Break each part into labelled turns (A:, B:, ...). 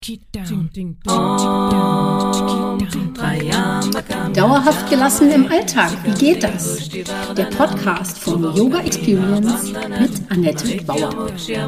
A: Dauerhaft gelassen im Alltag, wie geht das? Der Podcast von Yoga Experience mit Annette Bauer.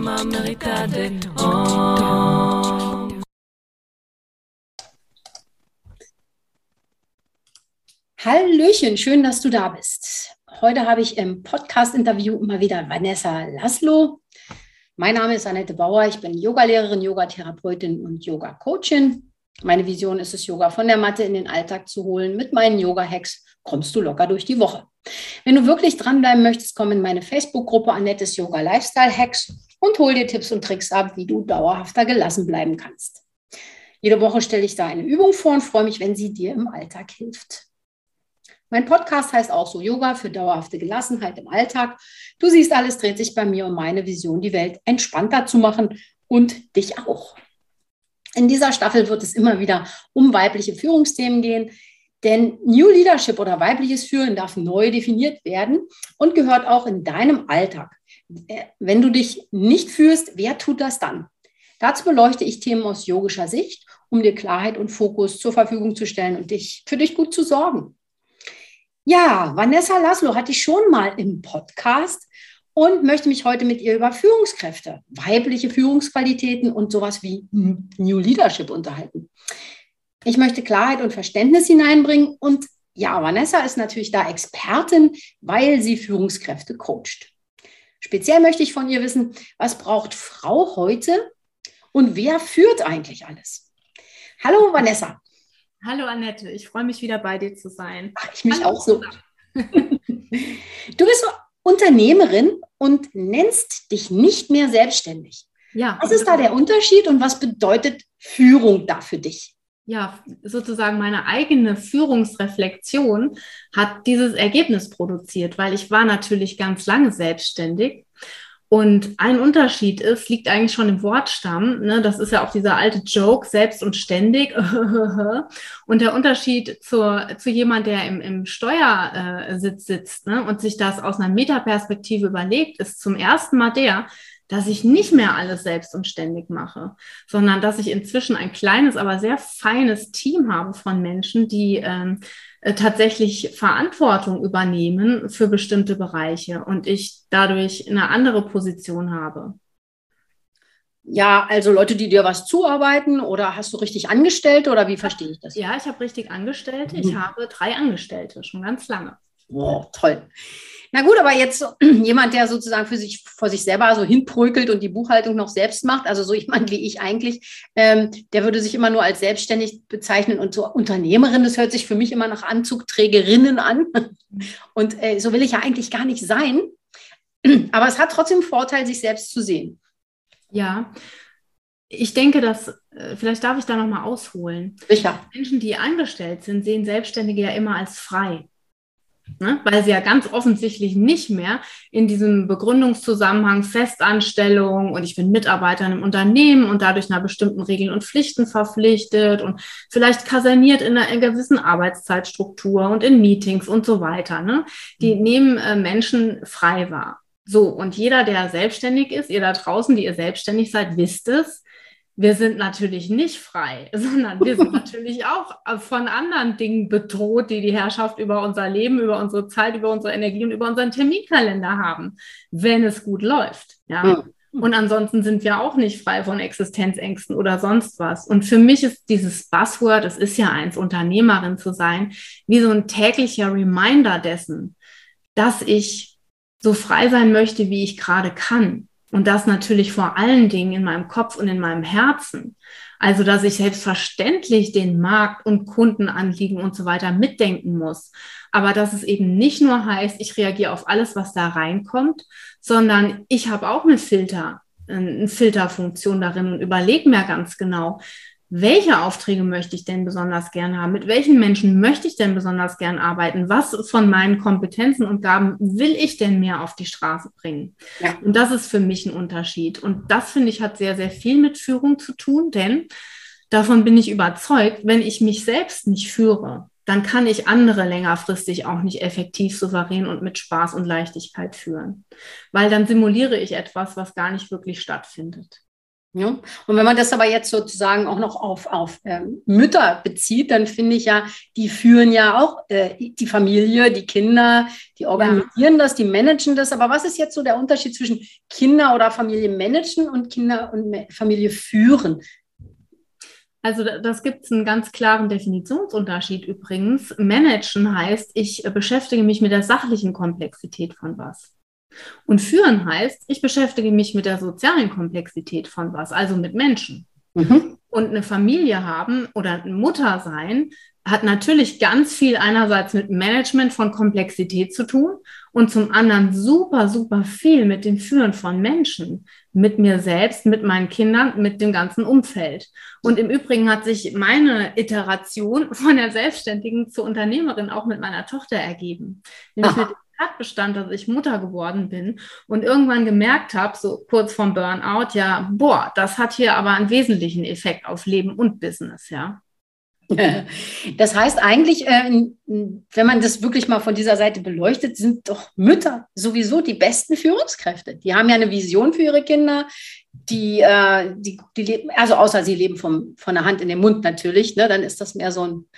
A: Hallöchen, schön, dass du da bist. Heute habe ich im Podcast-Interview mal wieder Vanessa Laszlo. Mein Name ist Annette Bauer, ich bin Yogalehrerin, Yogatherapeutin und Yoga-Coachin. Meine Vision ist es, Yoga von der Matte in den Alltag zu holen. Mit meinen Yoga-Hacks kommst du locker durch die Woche. Wenn du wirklich dranbleiben möchtest, komm in meine Facebook-Gruppe Annettes Yoga Lifestyle Hacks und hol dir Tipps und Tricks ab, wie du dauerhafter gelassen bleiben kannst. Jede Woche stelle ich da eine Übung vor und freue mich, wenn sie dir im Alltag hilft. Mein Podcast heißt auch so Yoga für dauerhafte Gelassenheit im Alltag. Du siehst, alles dreht sich bei mir um meine Vision, die Welt entspannter zu machen und dich auch. In dieser Staffel wird es immer wieder um weibliche Führungsthemen gehen, denn New Leadership oder weibliches Führen darf neu definiert werden und gehört auch in deinem Alltag. Wenn du dich nicht führst, wer tut das dann? Dazu beleuchte ich Themen aus yogischer Sicht, um dir Klarheit und Fokus zur Verfügung zu stellen und für dich gut zu sorgen. Ja, Vanessa Laszlo hatte ich schon mal im Podcast und möchte mich heute mit ihr über Führungskräfte, weibliche Führungsqualitäten und sowas wie New Leadership unterhalten. Ich möchte Klarheit und Verständnis hineinbringen und ja, Vanessa ist natürlich da Expertin, weil sie Führungskräfte coacht. Speziell möchte ich von ihr wissen, was braucht Frau heute und wer führt eigentlich alles? Hallo Vanessa.
B: Hallo Annette, ich freue mich wieder bei dir zu sein.
A: Ach, ich mich auch so. Du bist so Unternehmerin und nennst dich nicht mehr selbstständig.
B: Ja.
A: Was ist da der Unterschied und was bedeutet Führung da für dich?
B: Ja, sozusagen meine eigene Führungsreflexion hat dieses Ergebnis produziert, weil ich war natürlich ganz lange selbstständig. Und ein Unterschied liegt eigentlich schon im Wortstamm, ne? Das ist ja auch dieser alte Joke, selbst und ständig. Und der Unterschied zu jemand, der im Steuersitz sitzt, ne? Und sich das aus einer Metaperspektive überlegt, ist zum ersten Mal dass ich nicht mehr alles selbst und ständig mache, sondern dass ich inzwischen ein kleines, aber sehr feines Team habe von Menschen, die tatsächlich Verantwortung übernehmen für bestimmte Bereiche und ich dadurch eine andere Position habe.
A: Ja, also Leute, die dir was zuarbeiten oder hast du richtig Angestellte oder wie verstehe ich das?
B: Ja, ich habe richtig Angestellte. Ich habe 3 Angestellte, schon ganz lange.
A: Wow, toll. Na gut, aber jetzt jemand, der sozusagen vor sich selber so hinprökelt und die Buchhaltung noch selbst macht, also so jemand wie ich eigentlich, der würde sich immer nur als selbstständig bezeichnen und so Unternehmerin, das hört sich für mich immer nach Anzugträgerinnen an und so will ich ja eigentlich gar nicht sein, aber es hat trotzdem einen Vorteil, sich selbst zu sehen.
B: Ja, ich denke, dass, vielleicht darf ich da nochmal ausholen.
A: Sicher.
B: Menschen, die angestellt sind, sehen Selbstständige ja immer als frei. Ne? Weil sie ja ganz offensichtlich nicht mehr in diesem Begründungszusammenhang Festanstellung und ich bin Mitarbeiter in einem Unternehmen und dadurch einer bestimmten Regeln und Pflichten verpflichtet und vielleicht kaserniert in einer gewissen Arbeitszeitstruktur und in Meetings und so weiter. Ne? Die nehmen Menschen frei wahr. So, und jeder, der selbstständig ist, ihr da draußen, die ihr selbstständig seid, wisst es, wir sind natürlich nicht frei, sondern wir sind natürlich auch von anderen Dingen bedroht, die die Herrschaft über unser Leben, über unsere Zeit, über unsere Energie und über unseren Terminkalender haben, wenn es gut läuft. Ja? Und ansonsten sind wir auch nicht frei von Existenzängsten oder sonst was. Und für mich ist dieses Buzzword, es ist ja eins, Unternehmerin zu sein, wie so ein täglicher Reminder dessen, dass ich so frei sein möchte, wie ich gerade kann. Und das natürlich vor allen Dingen in meinem Kopf und in meinem Herzen. Also, dass ich selbstverständlich den Markt und Kundenanliegen und so weiter mitdenken muss. Aber dass es eben nicht nur heißt, ich reagiere auf alles, was da reinkommt, sondern ich habe auch eine Filterfunktion darin und überlege mir ganz genau, welche Aufträge möchte ich denn besonders gern haben? Mit welchen Menschen möchte ich denn besonders gern arbeiten? Was von meinen Kompetenzen und Gaben will ich denn mehr auf die Straße bringen? Ja. Und das ist für mich ein Unterschied. Und das, finde ich, hat sehr, sehr viel mit Führung zu tun, denn davon bin ich überzeugt, wenn ich mich selbst nicht führe, dann kann ich andere längerfristig auch nicht effektiv, souverän und mit Spaß und Leichtigkeit führen. Weil dann simuliere ich etwas, was gar nicht wirklich stattfindet.
A: Ja. Und wenn man das aber jetzt sozusagen auch noch auf Mütter bezieht, dann finde ich ja, die führen ja auch die Familie, die Kinder, die organisieren das, die managen das. Aber was ist jetzt so der Unterschied zwischen Kinder oder Familie managen und Kinder und Familie führen?
B: Also das gibt es einen ganz klaren Definitionsunterschied übrigens. Managen heißt, ich beschäftige mich mit der sachlichen Komplexität von was. Und führen heißt, ich beschäftige mich mit der sozialen Komplexität von was, also mit Menschen. Mhm. Und eine Familie haben oder eine Mutter sein, hat natürlich ganz viel einerseits mit Management von Komplexität zu tun und zum anderen super, super viel mit dem Führen von Menschen, mit mir selbst, mit meinen Kindern, mit dem ganzen Umfeld. Und im Übrigen hat sich meine Iteration von der Selbstständigen zur Unternehmerin auch mit meiner Tochter ergeben. Nämlich mit dem Tatbestand, dass ich Mutter geworden bin und irgendwann gemerkt habe, so kurz vorm Burnout, ja, boah, das hat hier aber einen wesentlichen Effekt auf Leben und Business, ja.
A: Das heißt eigentlich, wenn man das wirklich mal von dieser Seite beleuchtet, sind doch Mütter sowieso die besten Führungskräfte. Die haben ja eine Vision für ihre Kinder, die leben, also außer sie leben von der Hand in den Mund natürlich, ne, dann ist das mehr so ein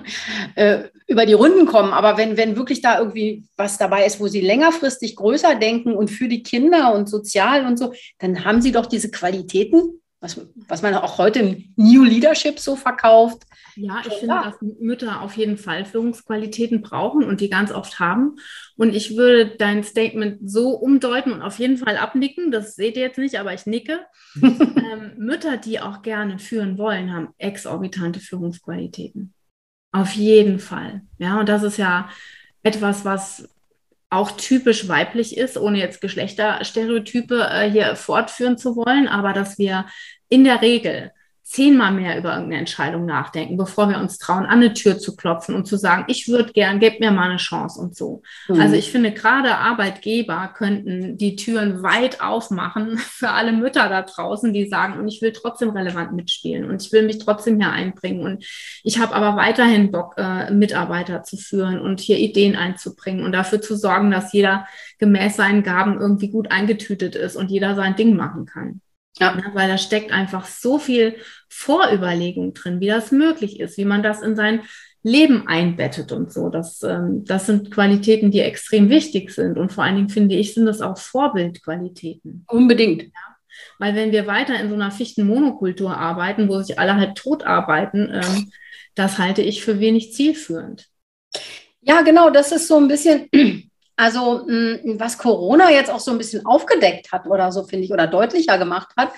A: über die Runden kommen. Aber wenn wirklich da irgendwie was dabei ist, wo sie längerfristig größer denken und für die Kinder und sozial und so, dann haben sie doch diese Qualitäten, was man auch heute im New Leadership so verkauft.
B: Ja, ich finde, dass Mütter auf jeden Fall Führungsqualitäten brauchen und die ganz oft haben. Und ich würde dein Statement so umdeuten und auf jeden Fall abnicken. Das seht ihr jetzt nicht, aber ich nicke. Mütter, die auch gerne führen wollen, haben exorbitante Führungsqualitäten. Auf jeden Fall. Ja, und das ist ja etwas, was auch typisch weiblich ist, ohne jetzt Geschlechterstereotype hier fortführen zu wollen, aber dass wir in der Regel 10-mal mehr über irgendeine Entscheidung nachdenken, bevor wir uns trauen, an eine Tür zu klopfen und zu sagen, ich würde gern, gebt mir mal eine Chance und so. Mhm. Also ich finde, gerade Arbeitgeber könnten die Türen weit aufmachen für alle Mütter da draußen, die sagen, und ich will trotzdem relevant mitspielen und ich will mich trotzdem hier einbringen und ich habe aber weiterhin Bock, Mitarbeiter zu führen und hier Ideen einzubringen und dafür zu sorgen, dass jeder gemäß seinen Gaben irgendwie gut eingetütet ist und jeder sein Ding machen kann. Ja. Ja, weil da steckt einfach so viel Vorüberlegung drin, wie das möglich ist, wie man das in sein Leben einbettet und so. Das sind Qualitäten, die extrem wichtig sind. Und vor allen Dingen, finde ich, sind das auch Vorbildqualitäten.
A: Unbedingt.
B: Ja? Weil wenn wir weiter in so einer Fichtenmonokultur arbeiten, wo sich alle halt tot arbeiten, das halte ich für wenig zielführend.
A: Ja, genau, das ist so ein bisschen... Also was Corona jetzt auch so ein bisschen aufgedeckt hat oder so, finde ich, oder deutlicher gemacht hat,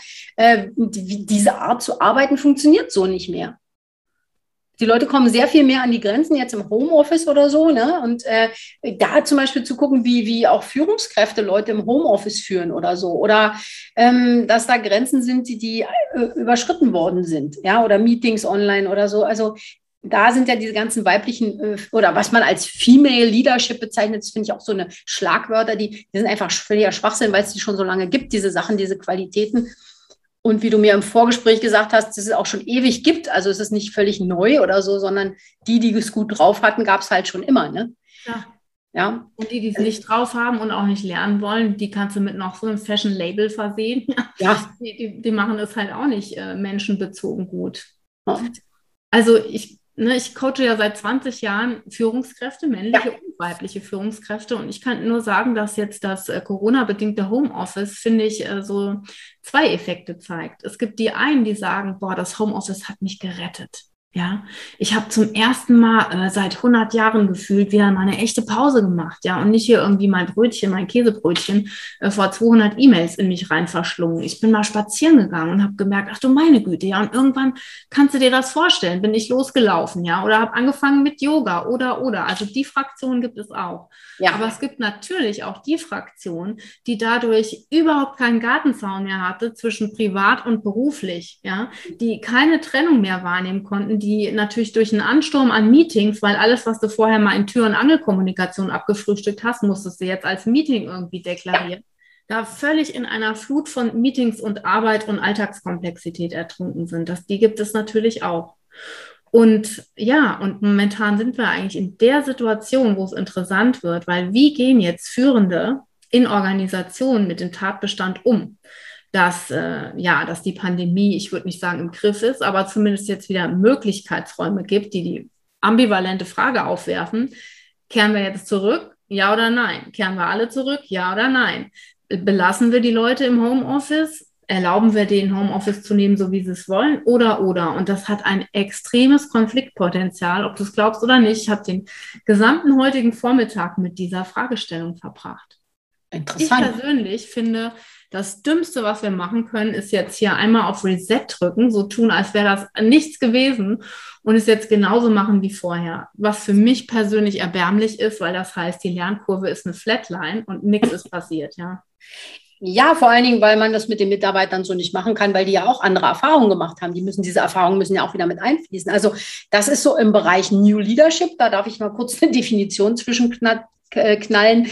A: diese Art zu arbeiten funktioniert so nicht mehr. Die Leute kommen sehr viel mehr an die Grenzen jetzt im Homeoffice oder so, ne? Und da zum Beispiel zu gucken, wie auch Führungskräfte Leute im Homeoffice führen oder so. Oder dass da Grenzen sind, die überschritten worden sind, ja, oder Meetings online oder so. Also da sind ja diese ganzen weiblichen oder was man als Female Leadership bezeichnet, das finde ich auch so eine Schlagwörter, die sind einfach völliger Schwachsinn, weil es die schon so lange gibt, diese Sachen, diese Qualitäten. Und wie du mir im Vorgespräch gesagt hast, dass es auch schon ewig gibt, also es ist nicht völlig neu oder so, sondern die es gut drauf hatten, gab es halt schon immer, ne?
B: Ja.
A: Ja.
B: Und die es nicht drauf haben und auch nicht lernen wollen, die kannst du mit noch so einem Fashion-Label versehen.
A: Ja.
B: Die machen es halt auch nicht menschenbezogen gut.
A: Ja.
B: Also ich coache ja seit 20 Jahren Führungskräfte, männliche und weibliche Führungskräfte. Und ich kann nur sagen, dass jetzt das Corona-bedingte Homeoffice, finde ich, so 2 Effekte zeigt. Es gibt die einen, die sagen, boah, das Homeoffice hat mich gerettet. Ja, ich habe zum ersten Mal seit 100 Jahren gefühlt wieder mal eine echte Pause gemacht, ja, und nicht hier irgendwie mein Käsebrötchen vor 200 E-Mails in mich rein verschlungen. Ich bin mal spazieren gegangen und habe gemerkt, ach du meine Güte, ja, und irgendwann kannst du dir das vorstellen, bin ich losgelaufen, ja, oder habe angefangen mit Yoga oder. Also die Fraktion gibt es auch. Ja. Aber es gibt natürlich auch die Fraktion, die dadurch überhaupt keinen Gartenzaun mehr hatte zwischen privat und beruflich, ja, die keine Trennung mehr wahrnehmen konnten, die natürlich durch einen Ansturm an Meetings, weil alles, was du vorher mal in Tür- und Angelkommunikation abgefrühstückt hast, musstest du jetzt als Meeting irgendwie deklarieren, da völlig in einer Flut von Meetings und Arbeit und Alltagskomplexität ertrunken sind. Die gibt es natürlich auch. Und ja, und momentan sind wir eigentlich in der Situation, wo es interessant wird, weil wie gehen jetzt Führende in Organisationen mit dem Tatbestand um? dass die Pandemie, ich würde nicht sagen im Griff ist, aber zumindest jetzt wieder Möglichkeitsräume gibt, die ambivalente Frage aufwerfen. Kehren wir jetzt zurück? Ja oder nein? Kehren wir alle zurück? Ja oder nein? Belassen wir die Leute im Homeoffice? Erlauben wir denen, Homeoffice zu nehmen, so wie sie es wollen? Oder? Und das hat ein extremes Konfliktpotenzial, ob du es glaubst oder nicht. Ich habe den gesamten heutigen Vormittag mit dieser Fragestellung verbracht.
A: Interessant.
B: Ich persönlich finde, das Dümmste, was wir machen können, ist jetzt hier einmal auf Reset drücken, so tun, als wäre das nichts gewesen und es jetzt genauso machen wie vorher. Was für mich persönlich erbärmlich ist, weil das heißt, die Lernkurve ist eine Flatline und nichts ist passiert, ja.
A: Ja, vor allen Dingen, weil man das mit den Mitarbeitern so nicht machen kann, weil die ja auch andere Erfahrungen gemacht haben. Diese Erfahrungen müssen ja auch wieder mit einfließen. Also das ist so im Bereich New Leadership. Da darf ich mal kurz eine Definition zwischenknallen.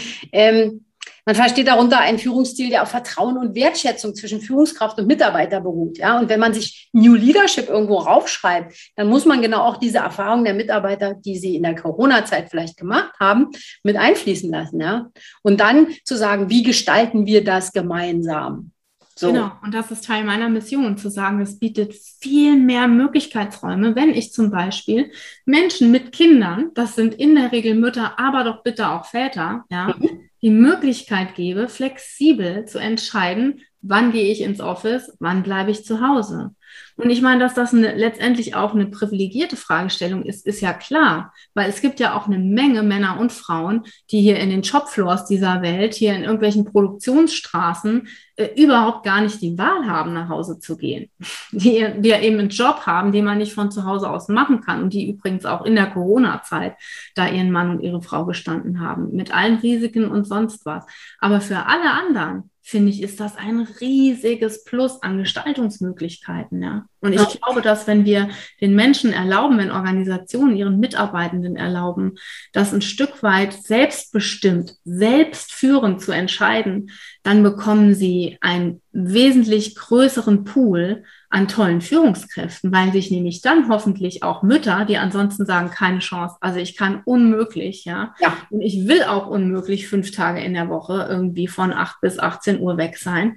A: Man versteht darunter einen Führungsstil, der auf Vertrauen und Wertschätzung zwischen Führungskraft und Mitarbeiter beruht. Ja? Und wenn man sich New Leadership irgendwo raufschreibt, dann muss man genau auch diese Erfahrungen der Mitarbeiter, die sie in der Corona-Zeit vielleicht gemacht haben, mit einfließen lassen. Ja? Und dann zu sagen, wie gestalten wir das gemeinsam? So.
B: Genau, und das ist Teil meiner Mission, zu sagen, es bietet viel mehr Möglichkeitsräume, wenn ich zum Beispiel Menschen mit Kindern, das sind in der Regel Mütter, aber doch bitte auch Väter, ja, die Möglichkeit gebe, flexibel zu entscheiden, wann gehe ich ins Office, wann bleibe ich zu Hause. Und ich meine, dass das letztendlich auch eine privilegierte Fragestellung ist, ist ja klar, weil es gibt ja auch eine Menge Männer und Frauen, die hier in den Shopfloors dieser Welt, hier in irgendwelchen Produktionsstraßen überhaupt gar nicht die Wahl haben, nach Hause zu gehen. Die ja eben einen Job haben, den man nicht von zu Hause aus machen kann und die übrigens auch in der Corona-Zeit da ihren Mann und ihre Frau gestanden haben, mit allen Risiken und sonst was. Aber für alle anderen, finde ich, ist das ein riesiges Plus an Gestaltungsmöglichkeiten. Ja? Und ich glaube, dass wenn wir den Menschen erlauben, wenn Organisationen ihren Mitarbeitenden erlauben, das ein Stück weit selbstbestimmt, selbstführend zu entscheiden, dann bekommen sie einen wesentlich größeren Pool an tollen Führungskräften, weil sich nämlich dann hoffentlich auch Mütter, die ansonsten sagen, keine Chance, also ich kann unmöglich, ja, und ich will auch unmöglich 5 Tage in der Woche irgendwie von 8 bis 18 Uhr weg sein,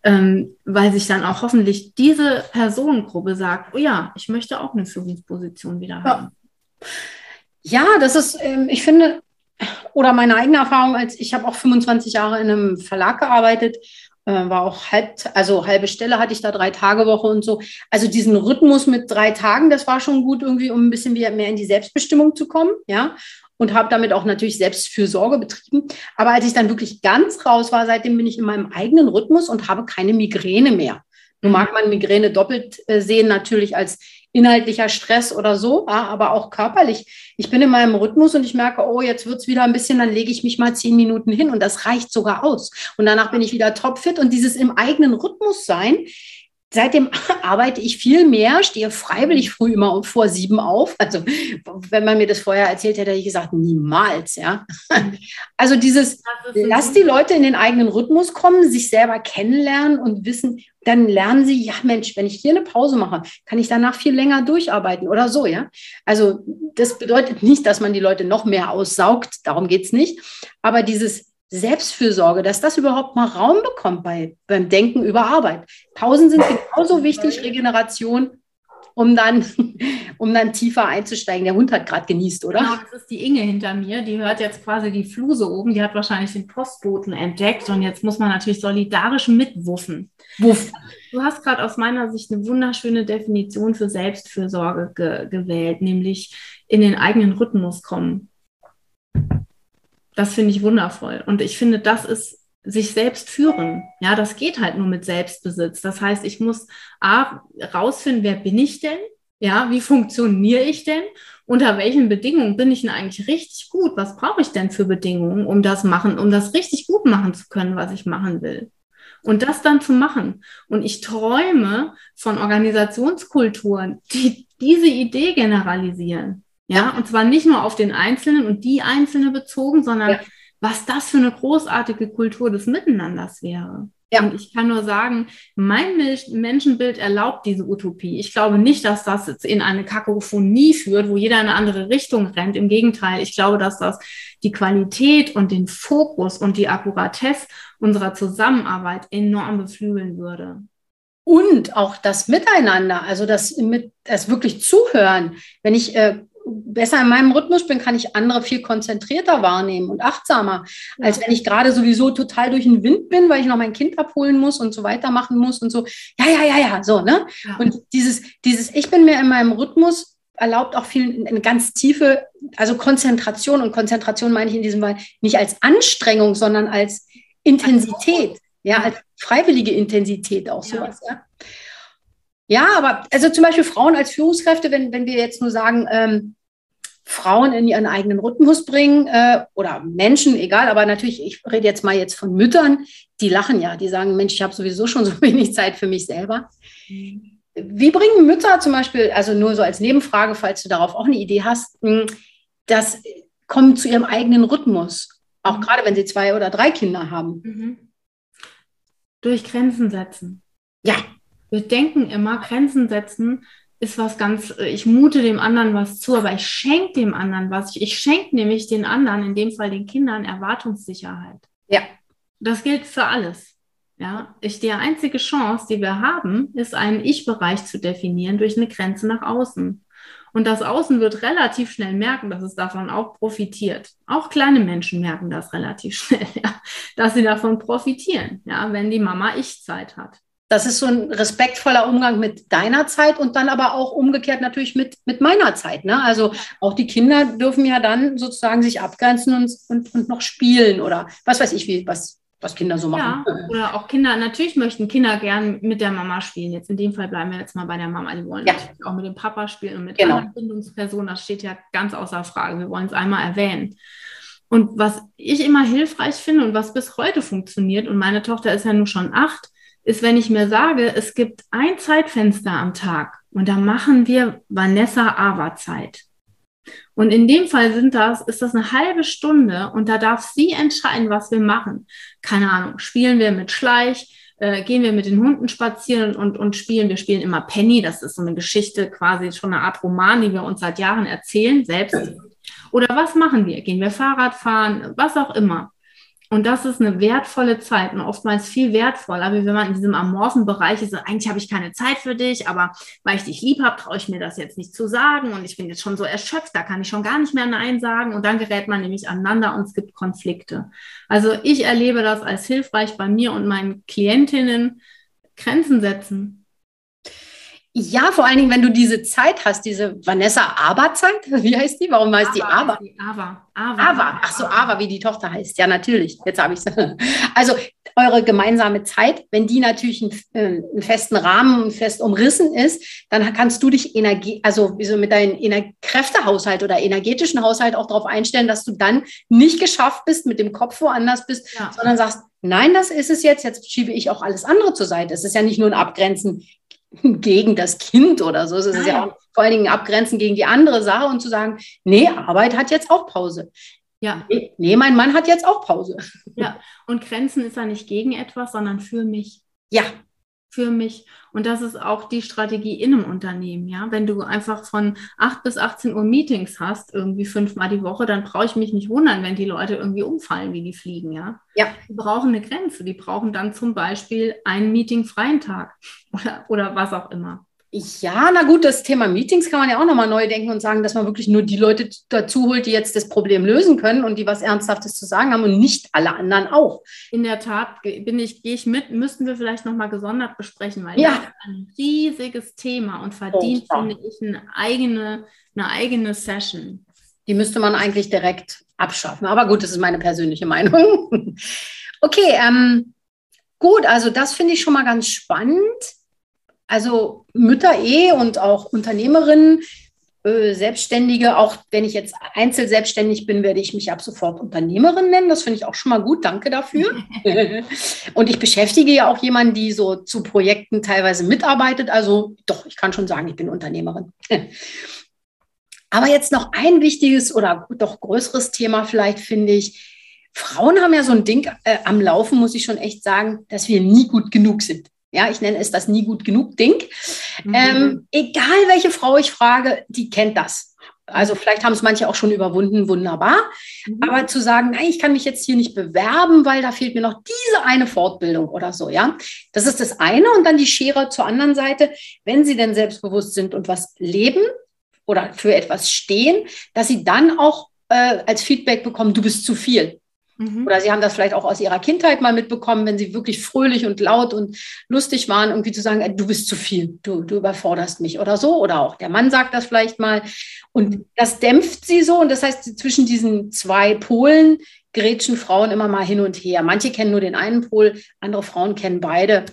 B: weil sich dann auch hoffentlich diese Personengruppe sagt, oh ja, ich möchte auch eine Führungsposition wieder haben.
A: Ja, das ist, ich finde, oder meine eigene Erfahrung, ich habe auch 25 Jahre in einem Verlag gearbeitet, war auch halbe Stelle hatte ich da, 3-Tage-Woche und so. Also diesen Rhythmus mit 3 Tagen, das war schon gut irgendwie, um ein bisschen mehr in die Selbstbestimmung zu kommen, ja. Und habe damit auch natürlich Selbstfürsorge betrieben. Aber als ich dann wirklich ganz raus war, seitdem bin ich in meinem eigenen Rhythmus und habe keine Migräne mehr. Nun mag man Migräne doppelt sehen, natürlich als inhaltlicher Stress oder so, ja, aber auch körperlich. Ich bin in meinem Rhythmus und ich merke, oh, jetzt wird es wieder ein bisschen, dann lege ich mich mal 10 Minuten hin und das reicht sogar aus. Und danach bin ich wieder topfit und dieses im eigenen Rhythmus sein, seitdem arbeite ich viel mehr, stehe freiwillig früh immer vor 7 auf. Also wenn man mir das vorher erzählt hätte, hätte ich gesagt, niemals. Ja. Also lass die Leute in den eigenen Rhythmus kommen, sich selber kennenlernen und wissen, dann lernen sie, ja Mensch, wenn ich hier eine Pause mache, kann ich danach viel länger durcharbeiten oder so. Ja. Also das bedeutet nicht, dass man die Leute noch mehr aussaugt, darum geht es nicht. Aber dieses Selbstfürsorge, dass das überhaupt mal Raum bekommt beim Denken über Arbeit. Pausen sind genauso wichtig, Regeneration, um dann tiefer einzusteigen. Der Hund hat gerade genießt, oder?
B: Genau, das ist die Inge hinter mir. Die hört jetzt quasi die Fluse oben. Die hat wahrscheinlich den Postboten entdeckt. Und jetzt muss man natürlich solidarisch mitwuffen.
A: Wuff.
B: Du hast gerade aus meiner Sicht eine wunderschöne Definition für Selbstfürsorge gewählt, nämlich in den eigenen Rhythmus kommen. Das finde ich wundervoll. Und ich finde, das ist sich selbst führen. Ja, das geht halt nur mit Selbstbesitz. Das heißt, ich muss rausfinden, wer bin ich denn? Ja, wie funktioniere ich denn? Unter welchen Bedingungen bin ich denn eigentlich richtig gut? Was brauche ich denn für Bedingungen, um das richtig gut machen zu können, was ich machen will? Und das dann zu machen. Und ich träume von Organisationskulturen, die diese Idee generalisieren. Ja, und zwar nicht nur auf den Einzelnen und die Einzelne bezogen, sondern was das für eine großartige Kultur des Miteinanders wäre.
A: Ja.
B: Und ich kann nur sagen, mein Menschenbild erlaubt diese Utopie. Ich glaube nicht, dass das jetzt in eine Kakophonie führt, wo jeder in eine andere Richtung rennt. Im Gegenteil, ich glaube, dass das die Qualität und den Fokus und die Akkuratesse unserer Zusammenarbeit enorm beflügeln würde.
A: Und auch das Miteinander, also das wirklich Zuhören. Wenn ich besser in meinem Rhythmus bin, kann ich andere viel konzentrierter wahrnehmen und achtsamer, als wenn ich gerade sowieso total durch den Wind bin, weil ich noch mein Kind abholen muss und so weitermachen muss und so. Ja, so, ne? Ja. Und dieses ich bin mir in meinem Rhythmus erlaubt auch viel eine ganz tiefe, also Konzentration. Und Konzentration meine ich in diesem Fall nicht als Anstrengung, sondern als Intensität. Ja, als freiwillige Intensität auch sowas, ja. Ja, aber also zum Beispiel Frauen als Führungskräfte, wenn wir jetzt nur sagen, Frauen in ihren eigenen Rhythmus bringen oder Menschen, egal, aber natürlich, ich rede jetzt mal von Müttern, die lachen ja, die sagen, Mensch, ich habe sowieso schon so wenig Zeit für mich selber. Wie bringen Mütter zum Beispiel, also nur so als Nebenfrage, falls du darauf auch eine Idee hast, das kommen zu ihrem eigenen Rhythmus, auch gerade wenn sie 2 oder 3 Kinder haben?
B: Durch Grenzen setzen.
A: Ja.
B: Wir denken immer, Grenzen setzen ist was ganz, ich mute dem anderen was zu, aber ich schenke dem anderen was. Ich schenke nämlich den anderen, in dem Fall den Kindern, Erwartungssicherheit.
A: Ja.
B: Das gilt für alles. Ja, die einzige Chance, die wir haben, ist, einen Ich-Bereich zu definieren durch eine Grenze nach außen. Und das Außen wird relativ schnell merken, dass es davon auch profitiert. Auch kleine Menschen merken das relativ schnell, ja, dass sie davon profitieren, ja, wenn die Mama Ich-Zeit hat.
A: Das ist so ein respektvoller Umgang mit deiner Zeit und dann aber auch umgekehrt natürlich mit meiner Zeit. Ne? Also auch die Kinder dürfen ja dann sozusagen sich abgrenzen und noch spielen oder was weiß ich, was Kinder so machen.
B: Ja, oder auch Kinder, natürlich möchten Kinder gern mit der Mama spielen. Jetzt in dem Fall bleiben wir jetzt mal bei der Mama. Die wollen natürlich auch mit dem Papa spielen und mit anderen Bindungspersonen. Das steht ja ganz außer Frage. Wir wollen es einmal erwähnen. Und was ich immer hilfreich finde und was bis heute funktioniert, und meine Tochter ist ja nun schon 8, ist, wenn ich mir sage, es gibt ein Zeitfenster am Tag und da machen wir Vanessa-Aber-Zeit. Und in dem Fall ist das eine halbe Stunde und da darf sie entscheiden, was wir machen. Keine Ahnung, spielen wir mit Schleich, gehen wir mit den Hunden spazieren und spielen. Wir spielen immer Penny, das ist so eine Geschichte, quasi schon eine Art Roman, die wir uns seit Jahren erzählen, selbst. Oder was machen wir? Gehen wir Fahrrad fahren, was auch immer. Und das ist eine wertvolle Zeit und oftmals viel wertvoller, wie wenn man in diesem amorphen Bereich ist, eigentlich habe ich keine Zeit für dich, aber weil ich dich lieb habe, traue ich mir das jetzt nicht zu sagen und ich bin jetzt schon so erschöpft, da kann ich schon gar nicht mehr Nein sagen und dann gerät man nämlich aneinander und es gibt Konflikte. Also ich erlebe das als hilfreich bei mir und meinen Klientinnen, Grenzen setzen.
A: Ja, vor allen Dingen, wenn du diese Zeit hast, diese Vanessa-Aber-Zeit, wie heißt die? Warum heißt die Aber? Ava. Ach so, Ava, wie die Tochter heißt. Ja, natürlich. Jetzt habe ich es. Also eure gemeinsame Zeit, wenn die natürlich einen festen Rahmen, fest umrissen ist, dann kannst du dich mit deinem Kräftehaushalt oder energetischen Haushalt auch darauf einstellen, dass du dann nicht geschafft bist, mit dem Kopf woanders bist, sondern sagst, nein, das ist es jetzt schiebe ich auch alles andere zur Seite. Es ist ja nicht nur ein Abgrenzen gegen das Kind oder so. Es ist ja auch vor allen Dingen Abgrenzen gegen die andere Sache und zu sagen, nee, Arbeit hat jetzt auch Pause.
B: Ja.
A: Nee, mein Mann hat jetzt auch Pause.
B: Ja, und Grenzen ist ja nicht gegen etwas, sondern für mich.
A: Ja.
B: Für mich. Und das ist auch die Strategie in einem Unternehmen, ja. Wenn du einfach von 8 bis 18 Uhr Meetings hast, irgendwie 5-mal die Woche, dann brauche ich mich nicht wundern, wenn die Leute irgendwie umfallen, wie die fliegen, ja.
A: Ja.
B: Die brauchen eine Grenze. Die brauchen dann zum Beispiel einen meetingfreien Tag oder was auch immer.
A: Ja, na gut, das Thema Meetings kann man ja auch nochmal neu denken und sagen, dass man wirklich nur die Leute dazu holt, die jetzt das Problem lösen können und die was Ernsthaftes zu sagen haben und nicht alle anderen auch.
B: In der Tat gehe ich mit, müssten wir vielleicht nochmal gesondert besprechen, weil das ist ein riesiges Thema und verdient, finde ich, eine eigene Session. Die
A: müsste man eigentlich direkt abschaffen. Aber gut, das ist meine persönliche Meinung. Okay, gut, also das finde ich schon mal ganz spannend. Also Mütter und auch Unternehmerinnen, Selbstständige, auch wenn ich jetzt einzelselbstständig bin, werde ich mich ab sofort Unternehmerin nennen. Das finde ich auch schon mal gut. Danke dafür. Und ich beschäftige ja auch jemanden, die so zu Projekten teilweise mitarbeitet. Also doch, ich kann schon sagen, ich bin Unternehmerin. Aber jetzt noch ein wichtiges oder doch größeres Thema vielleicht, finde ich, Frauen haben ja so ein Ding am Laufen, muss ich schon echt sagen, dass wir nie gut genug sind. Ja, ich nenne es das nie gut genug Ding. Egal welche Frau ich frage, die kennt das. Also vielleicht haben es manche auch schon überwunden, wunderbar. Aber zu sagen, nein, ich kann mich jetzt hier nicht bewerben, weil da fehlt mir noch diese eine Fortbildung oder so, ja. Das ist das eine. Und dann die Schere zur anderen Seite, wenn sie denn selbstbewusst sind und was leben oder für etwas stehen, dass sie dann auch als Feedback bekommen, du bist zu viel. Oder sie haben das vielleicht auch aus ihrer Kindheit mal mitbekommen, wenn sie wirklich fröhlich und laut und lustig waren, irgendwie zu sagen, du bist zu viel, du überforderst mich oder so. Oder auch der Mann sagt das vielleicht mal. Und das dämpft sie so. Und das heißt, zwischen diesen zwei Polen grätschen Frauen immer mal hin und her. Manche kennen nur den einen Pol, andere Frauen kennen beide.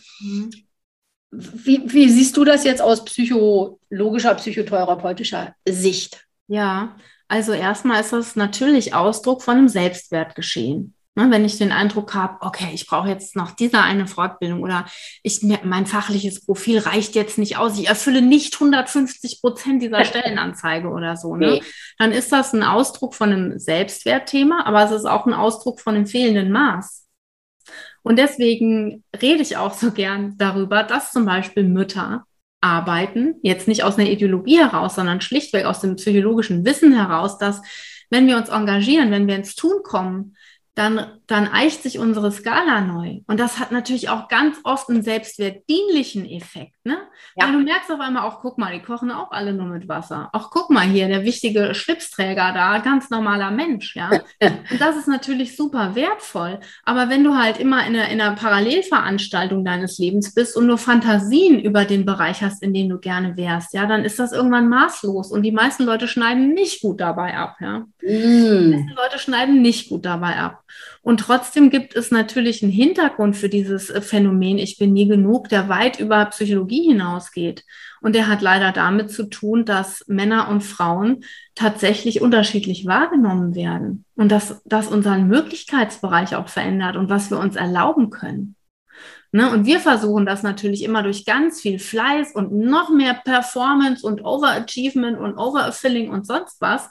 A: Wie siehst du das jetzt aus psychologischer, psychotherapeutischer Sicht?
B: Ja, also erstmal ist das natürlich Ausdruck von einem Selbstwertgeschehen. Ne, wenn ich den Eindruck habe, okay, ich brauche jetzt noch diese eine Fortbildung oder mein fachliches Profil reicht jetzt nicht aus, ich erfülle nicht 150% dieser Stellenanzeige oder so, ne?
A: Nee.
B: Dann ist das ein Ausdruck von einem Selbstwertthema, aber es ist auch ein Ausdruck von einem fehlenden Maß. Und deswegen rede ich auch so gern darüber, dass zum Beispiel Mütter arbeiten, jetzt nicht aus einer Ideologie heraus, sondern schlichtweg aus dem psychologischen Wissen heraus, dass wenn wir uns engagieren, wenn wir ins Tun kommen, dann eicht sich unsere Skala neu. Und das hat natürlich auch ganz oft einen selbstwertdienlichen Effekt, ne?
A: Ja.
B: Weil du merkst auf einmal auch, guck mal, die kochen auch alle nur mit Wasser. Auch guck mal hier, der wichtige Schlipsträger da, ganz normaler Mensch, ja. Und das ist natürlich super wertvoll. Aber wenn du halt immer in einer Parallelveranstaltung deines Lebens bist und nur Fantasien über den Bereich hast, in dem du gerne wärst, ja, dann ist das irgendwann maßlos. Und die meisten Leute schneiden nicht gut dabei ab, ja. Die meisten Leute schneiden nicht gut dabei ab. Und trotzdem gibt es natürlich einen Hintergrund für dieses Phänomen, ich bin nie genug, der weit über Psychologie hinausgeht. Und der hat leider damit zu tun, dass Männer und Frauen tatsächlich unterschiedlich wahrgenommen werden. Und dass das unseren Möglichkeitsbereich auch verändert und was wir uns erlauben können. Ne? Und wir versuchen das natürlich immer durch ganz viel Fleiß und noch mehr Performance und Overachievement und Overfilling und sonst was.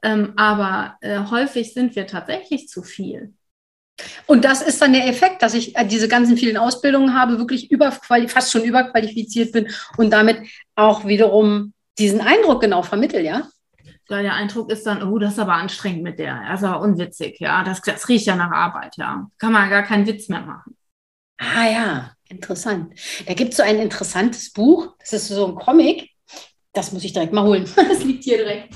B: Aber häufig sind wir tatsächlich zu viel.
A: Und das ist dann der Effekt, dass ich diese ganzen vielen Ausbildungen habe, wirklich fast schon überqualifiziert bin und damit auch wiederum diesen Eindruck genau vermittle, ja?
B: Ja, der Eindruck ist dann, oh, das ist aber anstrengend mit der, das ist aber unwitzig, ja, das riecht ja nach Arbeit, ja, kann man gar keinen Witz mehr machen.
A: Ah ja, interessant. Da gibt es so ein interessantes Buch, das ist so ein Comic, das muss ich direkt mal holen, das liegt hier direkt.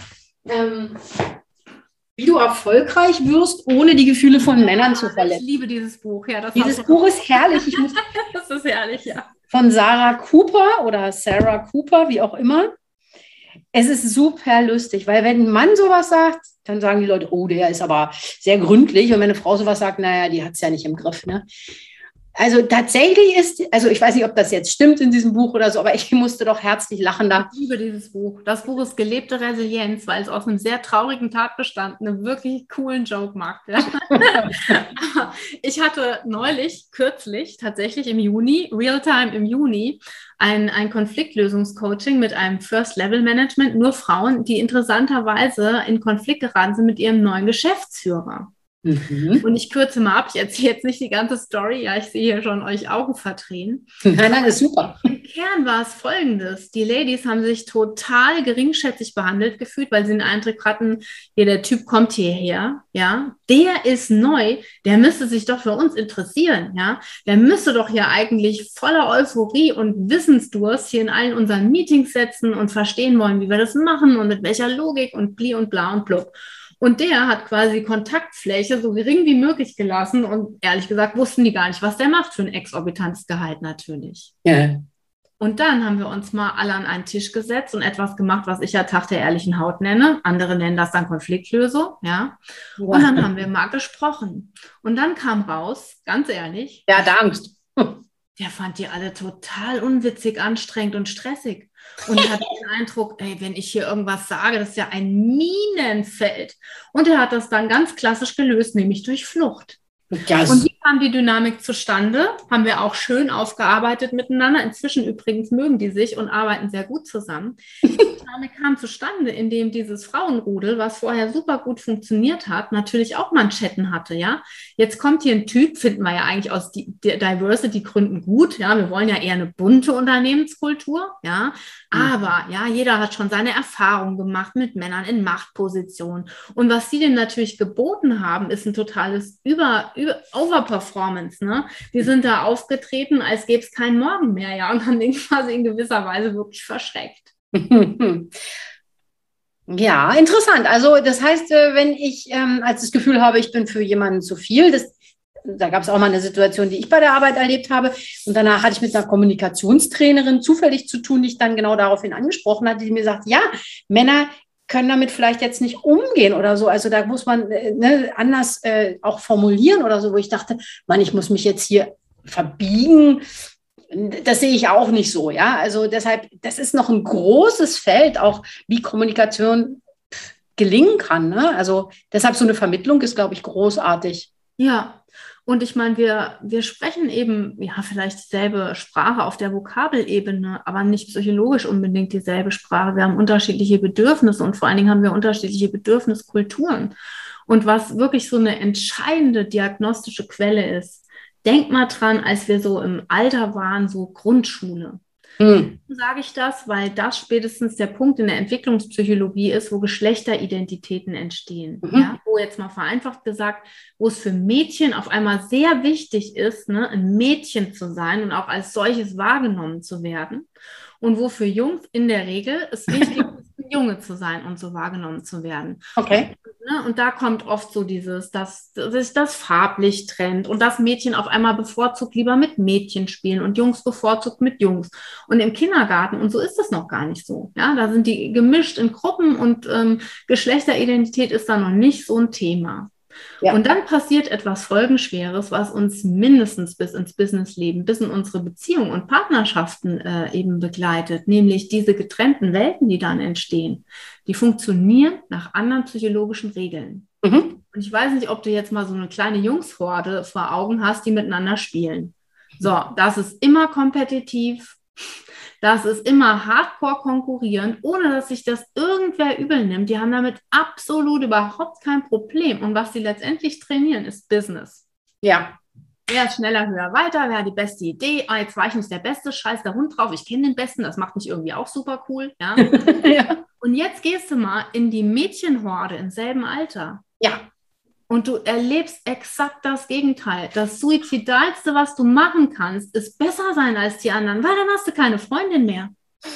A: Wie du erfolgreich wirst, ohne die Gefühle von Männern zu verletzen.
B: Ich liebe dieses Buch. Ja,
A: dieses Buch ist herrlich.
B: Das ist herrlich, ja.
A: Von Sarah Cooper oder Sarah Cooper, wie auch immer. Es ist super lustig, weil wenn ein Mann sowas sagt, dann sagen die Leute, oh, der ist aber sehr gründlich. Und wenn eine Frau sowas sagt, naja, die hat es ja nicht im Griff, ne? Also tatsächlich also ich weiß nicht, ob das jetzt stimmt in diesem Buch oder so, aber ich musste doch herzlich lachen da.
B: Ich liebe dieses Buch. Das Buch ist gelebte Resilienz, weil es aus einem sehr traurigen Tatbestand einen wirklich coolen Joke macht. Ja. Ich hatte kürzlich, tatsächlich im Juni, Realtime im Juni, ein Konfliktlösungscoaching mit einem First-Level-Management, nur Frauen, die interessanterweise in Konflikt geraten sind mit ihrem neuen Geschäftsführer. Und ich kürze mal ab, ich erzähle jetzt nicht die ganze Story, ja, ich sehe hier schon euch Augen verdrehen.
A: Nein, ist super.
B: Im Kern war es Folgendes, die Ladies haben sich total geringschätzig behandelt gefühlt, weil sie den Eindruck hatten, hier, der Typ kommt hierher, ja, der ist neu, der müsste sich doch für uns interessieren, ja, der müsste doch hier eigentlich voller Euphorie und Wissensdurst hier in allen unseren Meetings setzen und verstehen wollen, wie wir das machen und mit welcher Logik und bli und bla und blub. Und der hat quasi Kontaktfläche so gering wie möglich gelassen und ehrlich gesagt wussten die gar nicht, was der macht für ein exorbitantes Gehalt natürlich.
A: Ja.
B: Und dann haben wir uns mal alle an einen Tisch gesetzt und etwas gemacht, was ich ja Tag der ehrlichen Haut nenne. Andere nennen das dann Konfliktlösung, ja. Und dann haben wir mal gesprochen. Und dann kam raus, ganz ehrlich.
A: Der hatte Angst.
B: Der fand die alle total unwitzig, anstrengend und stressig. Und er hat den Eindruck, ey, wenn ich hier irgendwas sage, das ist ja ein Minenfeld. Und er hat das dann ganz klassisch gelöst, nämlich durch Flucht.
A: Yes.
B: Und wie kam die Dynamik zustande? Haben wir auch schön aufgearbeitet miteinander. Inzwischen übrigens mögen die sich und arbeiten sehr gut zusammen. Dynamik kam zustande, indem dieses Frauenrudel, was vorher super gut funktioniert hat, natürlich auch Manschetten hatte, ja. Jetzt kommt hier ein Typ, finden wir ja eigentlich aus Diversity-Gründen gut, ja. Wir wollen ja eher eine bunte Unternehmenskultur, ja. Aber, ja, jeder hat schon seine Erfahrungen gemacht mit Männern in Machtpositionen. Und was sie denn natürlich geboten haben, ist ein totales Overperformance, ne. Die sind da aufgetreten, als gäbe es keinen Morgen mehr, ja, und haben den quasi in gewisser Weise wirklich verschreckt.
A: Ja, interessant. Also das heißt, wenn ich als das Gefühl habe, ich bin für jemanden zu viel, da gab es auch mal eine Situation, die ich bei der Arbeit erlebt habe. Und danach hatte ich mit einer Kommunikationstrainerin zufällig zu tun, die ich dann genau daraufhin angesprochen hatte, die mir sagt, ja, Männer können damit vielleicht jetzt nicht umgehen oder so. Also da muss man anders auch formulieren oder so, wo ich dachte, Mann, ich muss mich jetzt hier verbiegen. Das sehe ich auch nicht so, ja. Also deshalb, das ist noch ein großes Feld, auch wie Kommunikation gelingen kann, ne? Also deshalb so eine Vermittlung ist, glaube ich, großartig.
B: Ja, und ich meine, wir sprechen eben, ja, vielleicht dieselbe Sprache auf der Vokabelebene, aber nicht psychologisch unbedingt dieselbe Sprache. Wir haben unterschiedliche Bedürfnisse und vor allen Dingen haben wir unterschiedliche Bedürfniskulturen. Und was wirklich so eine entscheidende diagnostische Quelle ist, denk mal dran, als wir so im Alter waren, so Grundschule. Sage ich das, weil das spätestens der Punkt in der Entwicklungspsychologie ist, wo Geschlechteridentitäten entstehen. Ja? Wo jetzt mal vereinfacht gesagt, wo es für Mädchen auf einmal sehr wichtig ist, ne, ein Mädchen zu sein und auch als solches wahrgenommen zu werden. Und wo für Jungs in der Regel es wichtig ist, ein Junge zu sein und so wahrgenommen zu werden.
A: Okay.
B: Und da kommt oft so dass sich das farblich trennt und das Mädchen auf einmal bevorzugt lieber mit Mädchen spielen und Jungs bevorzugt mit Jungs. Und im Kindergarten, und so ist das noch gar nicht so. Ja, da sind die gemischt in Gruppen und Geschlechteridentität ist da noch nicht so ein Thema. Ja. Und dann passiert etwas Folgenschweres, was uns mindestens bis ins Businessleben, bis in unsere Beziehungen und Partnerschaften eben begleitet, nämlich diese getrennten Welten, die dann entstehen, die funktionieren nach anderen psychologischen Regeln. Und ich weiß nicht, ob du jetzt mal so eine kleine Jungshorde vor Augen hast, die miteinander spielen. So, das ist immer kompetitiv. Das ist immer hardcore konkurrieren, ohne dass sich das irgendwer übel nimmt. Die haben damit absolut überhaupt kein Problem. Und was sie letztendlich trainieren, ist Business.
A: Ja.
B: Wer ist schneller, höher, weiter? Wer hat die beste Idee? Ah, jetzt war ich nicht der Beste, scheiß der Hund drauf. Ich kenne den Besten, das macht mich irgendwie auch super cool. Ja? Ja. Und jetzt gehst du mal in die Mädchenhorde im selben Alter.
A: Ja.
B: Und du erlebst exakt das Gegenteil. Das Suizidalste, was du machen kannst, ist besser sein als die anderen, weil dann hast du keine Freundin mehr.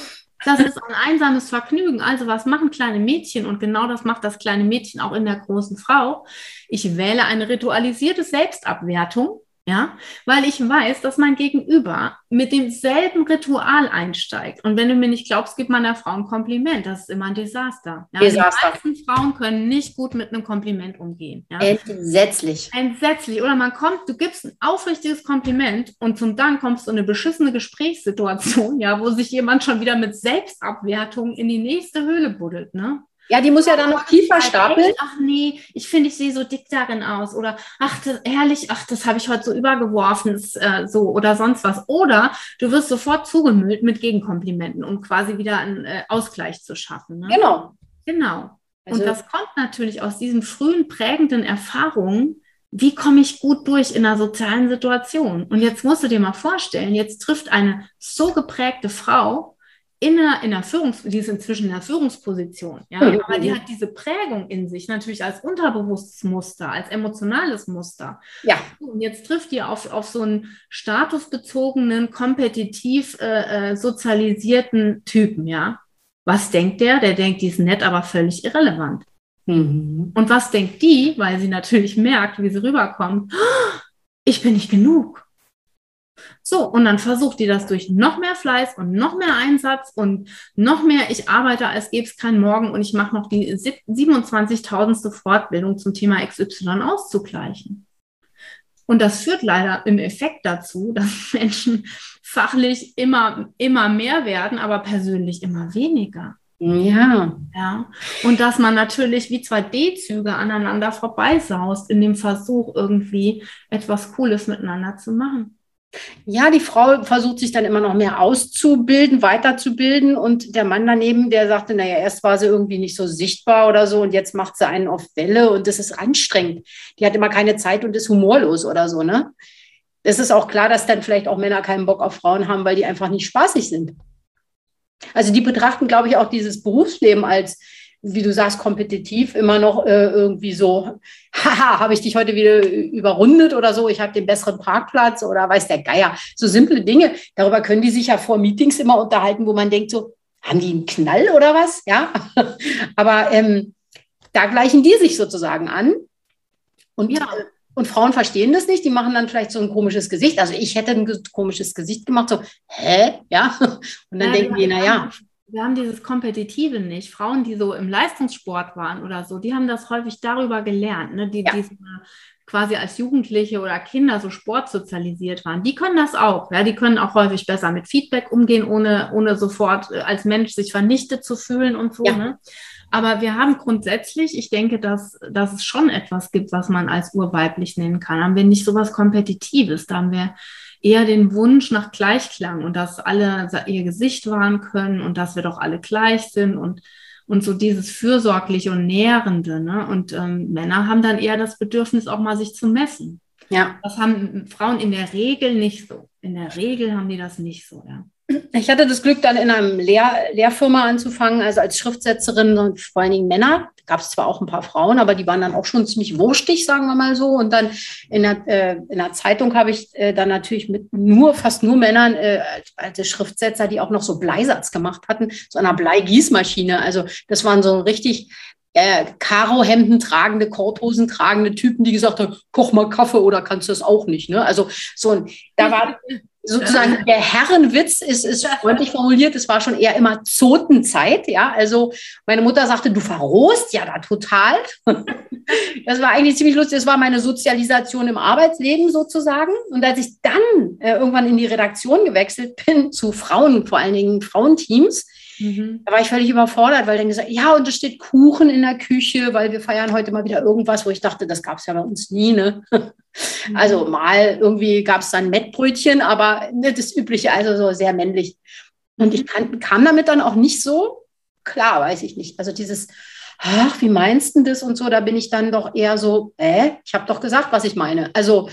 B: Das ist ein einsames Vergnügen. Also was machen kleine Mädchen? Und genau das macht das kleine Mädchen auch in der großen Frau. Ich wähle eine ritualisierte Selbstabwertung. Ja, weil ich weiß, dass mein Gegenüber mit demselben Ritual einsteigt. Und wenn du mir nicht glaubst, gib meiner Frau ein Kompliment. Das ist immer ein Desaster. Ja?
A: Desaster.
B: Die meisten Frauen können nicht gut mit einem Kompliment umgehen. Ja?
A: Entsetzlich.
B: Entsetzlich. Oder du gibst ein aufrichtiges Kompliment und zum Dank kommst du in eine beschissene Gesprächssituation, ja, wo sich jemand schon wieder mit Selbstabwertung in die nächste Höhle buddelt, ne?
A: Ja, die muss ja dann noch tiefer stapeln.
B: Ach nee, ich finde, ich sehe so dick darin aus. Oder ach, das habe ich heute so übergeworfen, so oder sonst was. Oder du wirst sofort zugemüllt mit Gegenkomplimenten, um quasi wieder einen Ausgleich zu schaffen. Ne? Genau. Also, und das kommt natürlich aus diesen frühen prägenden Erfahrungen. Wie komme ich gut durch in einer sozialen Situation? Und jetzt musst du dir mal vorstellen, jetzt trifft eine so geprägte Frau die ist inzwischen in der Führungsposition, ja, aber die hat diese Prägung in sich, natürlich als unterbewusstes Muster, als emotionales Muster.
A: Ja.
B: Und jetzt trifft die auf so einen statusbezogenen, kompetitiv sozialisierten Typen, ja. Was denkt der? Der denkt, die ist nett, aber völlig irrelevant. Und was denkt die? Weil sie natürlich merkt, wie sie rüberkommt, ich bin nicht genug. So, und dann versucht die das durch noch mehr Fleiß und noch mehr Einsatz und noch mehr, ich arbeite, als gäbe es keinen Morgen und ich mache noch die 27.000. Fortbildung zum Thema XY auszugleichen. Und das führt leider im Effekt dazu, dass Menschen fachlich immer mehr werden, aber persönlich immer weniger.
A: Ja.
B: Und dass man natürlich wie zwei D-Züge aneinander vorbeisaust in dem Versuch, irgendwie etwas Cooles miteinander zu machen.
A: Ja, die Frau versucht sich dann immer noch mehr auszubilden, weiterzubilden und der Mann daneben, der sagte, naja, erst war sie irgendwie nicht so sichtbar oder so und jetzt macht sie einen auf Welle und das ist anstrengend. Die hat immer keine Zeit und ist humorlos oder so, ne? Es ist auch klar, dass dann vielleicht auch Männer keinen Bock auf Frauen haben, weil die einfach nicht spaßig sind. Also die betrachten, glaube ich, auch dieses Berufsleben als, wie du sagst, kompetitiv immer noch irgendwie so, haha, habe ich dich heute wieder überrundet oder so, ich habe den besseren Parkplatz oder weiß der Geier. So simple Dinge, darüber können die sich ja vor Meetings immer unterhalten, wo man denkt so, haben die einen Knall oder was? Ja, aber da gleichen die sich sozusagen an. Und,
B: Ja,
A: und Frauen verstehen das nicht, die machen dann vielleicht so ein komisches Gesicht. Also ich hätte ein komisches Gesicht gemacht, so, hä? Ja. Und dann
B: ja,
A: denken die, naja,
B: wir haben dieses Kompetitive nicht. Frauen, die so im Leistungssport waren oder so, die haben das häufig darüber gelernt, ne? Die so quasi als Jugendliche oder Kinder so sportsozialisiert waren. Die können das auch. Ja? Die können auch häufig besser mit Feedback umgehen, ohne sofort als Mensch sich vernichtet zu fühlen und so.
A: ja,
B: Ne? Aber wir haben grundsätzlich, ich denke, dass es schon etwas gibt, was man als urweiblich nennen kann. Haben wir nicht sowas Kompetitives, da haben wir eher den Wunsch nach Gleichklang und dass alle ihr Gesicht wahren können und dass wir doch alle gleich sind und so dieses Fürsorgliche und Nährende. Ne? Und Männer haben dann eher das Bedürfnis, auch mal sich zu messen.
A: ja.
B: Das haben Frauen in der Regel nicht so. In der Regel haben die das nicht so, ja.
A: Ich hatte das Glück, dann in einem Lehrfirma anzufangen, also als Schriftsetzerin und vor allen Dingen Männer. Da gab es zwar auch ein paar Frauen, aber die waren dann auch schon ziemlich wurstig, sagen wir mal so. Und dann in der Zeitung habe ich dann natürlich mit fast nur Männern als Schriftsetzer, die auch noch so Bleisatz gemacht hatten, so einer Bleigießmaschine. Also das waren so richtig Karohemden tragende, Korthosen tragende Typen, die gesagt haben, koch mal Kaffee oder kannst du das auch nicht. Ne? Also da war sozusagen der Herrenwitz ist freundlich formuliert, es war schon eher immer Zotenzeit, ja, also meine Mutter sagte, du verrohst ja da total. Das war eigentlich ziemlich lustig, das war meine Sozialisation im Arbeitsleben sozusagen und als ich dann irgendwann in die Redaktion gewechselt bin, zu Frauen, vor allen Dingen Frauenteams, da war ich völlig überfordert, weil dann gesagt, ja, und es steht Kuchen in der Küche, weil wir feiern heute mal wieder irgendwas, wo ich dachte, das gab es ja bei uns nie, ne? Also mal irgendwie gab es dann Mettbrötchen, aber ne, das Übliche, also so sehr männlich. Und ich kam damit dann auch nicht so klar, weiß ich nicht. Also dieses, ach, wie meinst du das und so, da bin ich dann doch eher so, ich habe doch gesagt, was ich meine. Also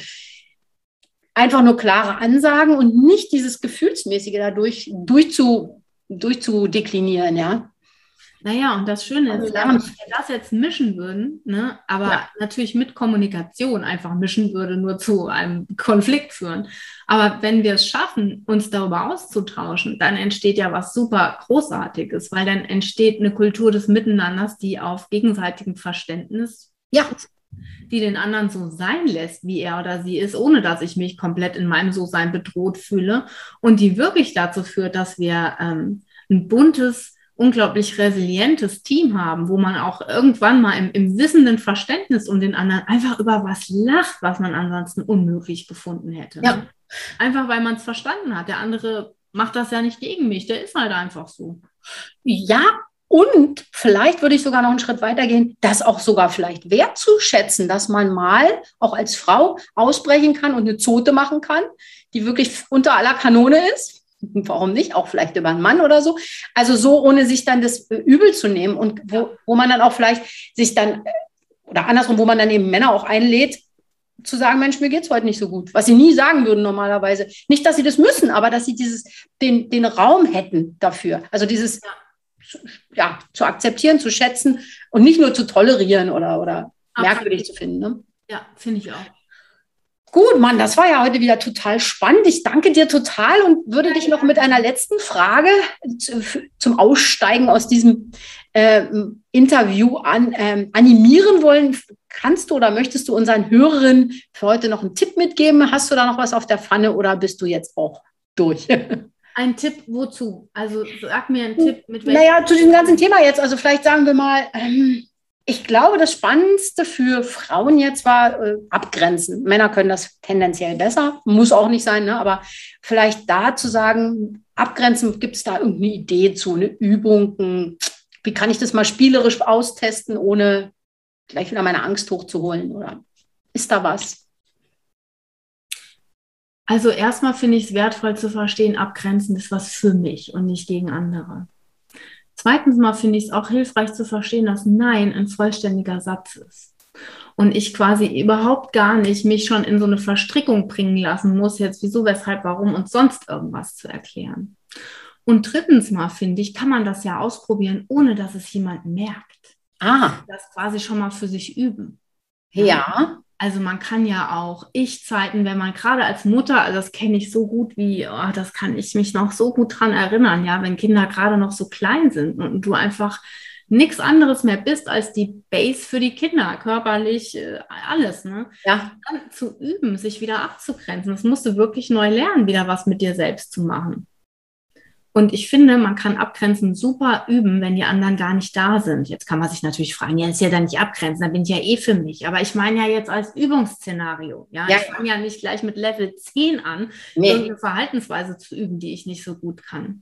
A: einfach nur klare Ansagen und nicht dieses Gefühlsmäßige dadurch durchzudeklinieren, ja.
B: Naja, und das Schöne
A: Also
B: ist, wenn wir das jetzt mischen würden, ne, aber natürlich mit Kommunikation einfach mischen würde, nur zu einem Konflikt führen. Aber wenn wir es schaffen, uns darüber auszutauschen, dann entsteht ja was super Großartiges, weil dann entsteht eine Kultur des Miteinanders, die auf gegenseitigem Verständnis,
A: ja,
B: die den anderen so sein lässt, wie er oder sie ist, ohne dass ich mich komplett in meinem So-Sein bedroht fühle und die wirklich dazu führt, dass wir ein buntes, unglaublich resilientes Team haben, wo man auch irgendwann mal im wissenden Verständnis um den anderen einfach über was lacht, was man ansonsten unmöglich gefunden hätte.
A: ja.
B: Ne? Einfach weil man es verstanden hat. Der andere macht das ja nicht gegen mich, der ist halt einfach so.
A: Ja, und vielleicht würde ich sogar noch einen Schritt weiter gehen, das auch sogar vielleicht wertzuschätzen, dass man mal auch als Frau ausbrechen kann und eine Zote machen kann, die wirklich unter aller Kanone ist. Warum nicht? Auch vielleicht über einen Mann oder so. Also so, ohne sich dann das übel zu nehmen und wo man dann auch vielleicht sich dann, oder andersrum, wo man dann eben Männer auch einlädt, zu sagen, Mensch, mir geht es heute nicht so gut. Was sie nie sagen würden normalerweise. Nicht, dass sie das müssen, aber dass sie den Raum hätten dafür. Also dieses, ja, zu akzeptieren, zu schätzen und nicht nur zu tolerieren oder merkwürdig zu finden. Ne?
B: Ja, finde ich auch.
A: Gut, Mann, das war ja heute wieder total spannend. Ich danke dir total und würde dich noch mit einer letzten Frage zum Aussteigen aus diesem Interview animieren wollen. Kannst du oder möchtest du unseren Hörerinnen für heute noch einen Tipp mitgeben? Hast du da noch was auf der Pfanne oder bist du jetzt auch durch?
B: Ein Tipp wozu? Also sag mir einen Tipp mit welchem.
A: Naja, zu diesem ganzen Thema jetzt. Also vielleicht sagen wir mal, ich glaube, das Spannendste für Frauen jetzt war abgrenzen. Männer können das tendenziell besser, muss auch nicht sein, ne? Aber vielleicht da zu sagen, abgrenzen, gibt es da irgendeine Idee zu, eine Übung? Wie kann ich das mal spielerisch austesten, ohne gleich wieder meine Angst hochzuholen? Oder ist da was?
B: Also erstmal finde ich es wertvoll zu verstehen, abgrenzen ist was für mich und nicht gegen andere. Zweitens mal finde ich es auch hilfreich zu verstehen, dass Nein ein vollständiger Satz ist. Und ich quasi überhaupt gar nicht mich schon in so eine Verstrickung bringen lassen muss, jetzt wieso, weshalb, warum und sonst irgendwas zu erklären. Und drittens mal, finde ich, kann man das ja ausprobieren, ohne dass es jemand merkt. Das quasi schon mal für sich üben.
A: Ja.
B: Also man kann ja auch Ich-Zeiten, wenn man gerade als Mutter, also das kenne ich so gut wie, oh, das kann ich mich noch so gut dran erinnern, ja, wenn Kinder gerade noch so klein sind und du einfach nichts anderes mehr bist als die Base für die Kinder, körperlich, alles, ne?
A: Ja.
B: Dann zu üben, sich wieder abzugrenzen. Das musst du wirklich neu lernen, wieder was mit dir selbst zu machen. Und ich finde, man kann abgrenzen super üben, wenn die anderen gar nicht da sind. Jetzt kann man sich natürlich fragen, ja, ist ja dann nicht abgrenzen, dann bin ich ja eh für mich. Aber ich meine ja jetzt als Übungsszenario. Ja, ich fange ja nicht gleich mit Level 10 an, irgendeine Verhaltensweise zu üben, die ich nicht so gut kann.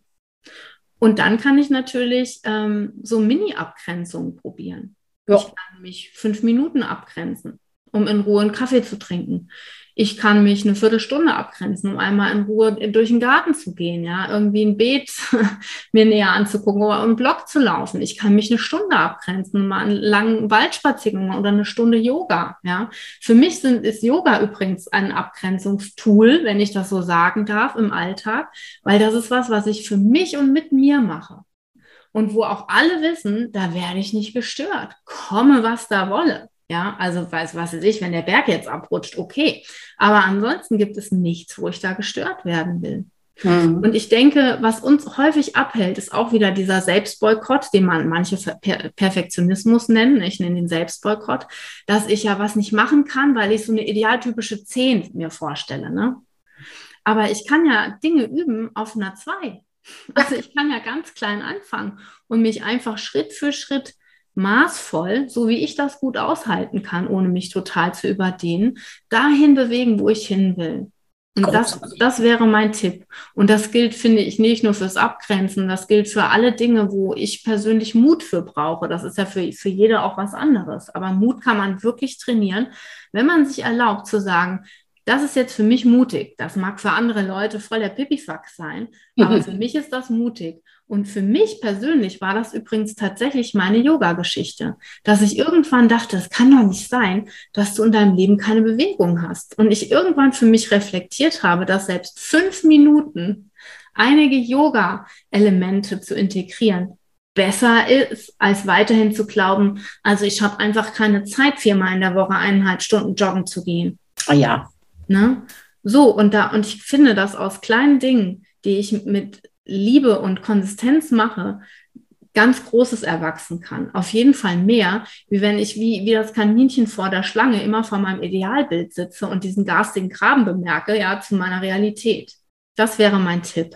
B: Und dann kann ich natürlich so Mini-Abgrenzungen probieren. Ja. Ich kann mich 5 Minuten abgrenzen, um in Ruhe einen Kaffee zu trinken. Ich kann mich eine Viertelstunde abgrenzen, um einmal in Ruhe durch den Garten zu gehen, ja, irgendwie ein Beet mir näher anzugucken oder einen Block zu laufen. Ich kann mich eine Stunde abgrenzen, um mal einen langen Waldspaziergang oder eine Stunde Yoga, ja. Für mich ist Yoga übrigens ein Abgrenzungstool, wenn ich das so sagen darf, im Alltag, weil das ist was ich für mich und mit mir mache. Und wo auch alle wissen, da werde ich nicht gestört. Komme, was da wolle. Ja, also was weiß ich, wenn der Berg jetzt abrutscht, okay. Aber ansonsten gibt es nichts, wo ich da gestört werden will. Mhm. Und ich denke, was uns häufig abhält, ist auch wieder dieser Selbstboykott, den manche Perfektionismus nennen. Ich nenne den Selbstboykott, dass ich ja was nicht machen kann, weil ich so eine idealtypische 10 mir vorstelle. Ne? Aber ich kann ja Dinge üben auf einer 2. Also ich kann ja ganz klein anfangen und mich einfach Schritt für Schritt maßvoll, so wie ich das gut aushalten kann, ohne mich total zu überdehnen, dahin bewegen, wo ich hin will. Und das wäre mein Tipp. Und das gilt, finde ich, nicht nur fürs Abgrenzen, das gilt für alle Dinge, wo ich persönlich Mut für brauche. Das ist ja für jede auch was anderes. Aber Mut kann man wirklich trainieren, wenn man sich erlaubt zu sagen, das ist jetzt für mich mutig. Das mag für andere Leute voll der Pipifax sein, aber für mich ist das mutig. Und für mich persönlich war das übrigens tatsächlich meine Yoga-Geschichte, dass ich irgendwann dachte, es kann doch nicht sein, dass du in deinem Leben keine Bewegung hast. Und ich irgendwann für mich reflektiert habe, dass selbst 5 Minuten einige Yoga-Elemente zu integrieren besser ist, als weiterhin zu glauben, also ich habe einfach keine Zeit, 4-mal in der Woche 1,5 Stunden joggen zu gehen.
A: Oh ja.
B: Ne? So, und ich finde, dass aus kleinen Dingen, die ich mit Liebe und Konsistenz mache, ganz Großes erwachsen kann. Auf jeden Fall mehr, wie wenn ich wie das Kaninchen vor der Schlange immer vor meinem Idealbild sitze und diesen garstigen Graben bemerke, ja, zu meiner Realität. Das wäre mein Tipp.